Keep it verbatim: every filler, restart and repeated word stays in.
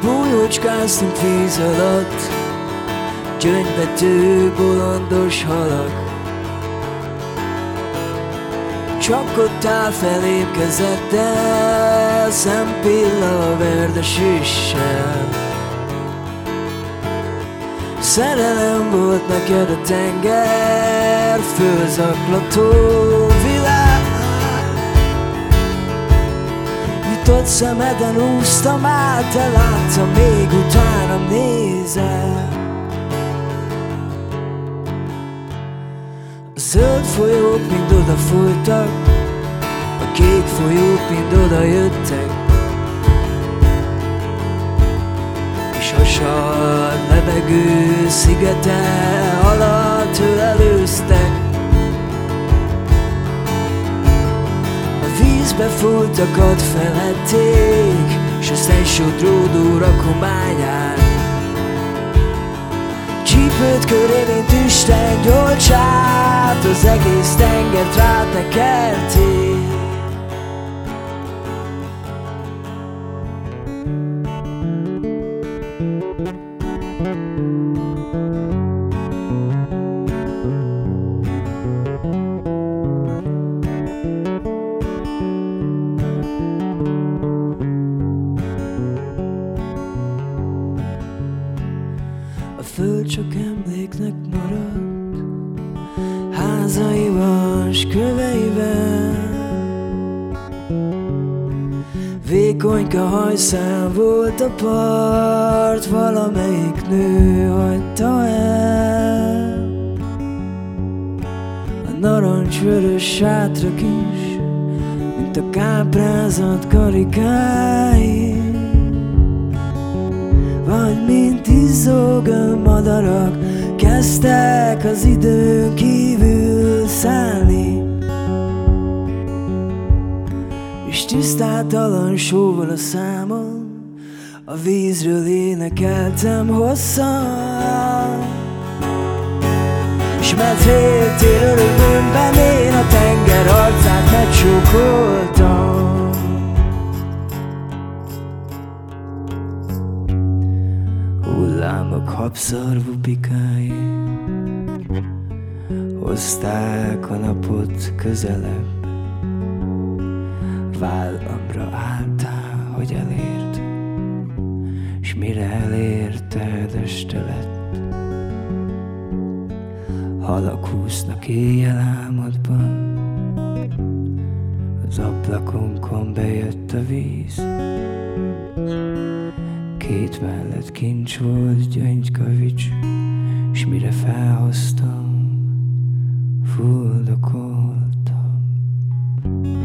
Bújócskáztunk víz alatt, gyöngybetű bolondos halak. Csak ott áll felém kezeddel, szempilla a verdes üssel. Szerelem volt neked a tenger, fölzaklató világ. Nyitott szemeden úsztam át, te láttam, még utánam nézel. A zöld folyók mind oda folytak, a kék folyók mind oda jöttek, és a sad lebegő szigete alatt ölelőztek. A vízbe fújtakat felették, s a szegysodródó rakományán csípőt köré, mint Isten gyolcsát, az egész tengert rád tekerték. A föld csak emléknek maradt, házaiban s köveivel. Vékonyka hajszál volt a part, valamelyik nő hagyta el. A narancsvörös sátrak is, mint a káprázat karikái, vagy mint izzogó madarak, kezdtek az időn kívül szállni. És tisztátalan sóval a számon, a vízről énekeltem hosszan. S medvéltél örömömben, én a tenger arcát megcsókoltam. Hullámok habszarvú bikái hozták a napot közelebb. Vállamra álltál, hogy elérd, s mire elérted, este lett. Halak úsznak éjjel álmodban, az ablakonkon bejött a víz. Két mellett kincs volt gyöngykavics, s mire felhoztam, fuldokoltam.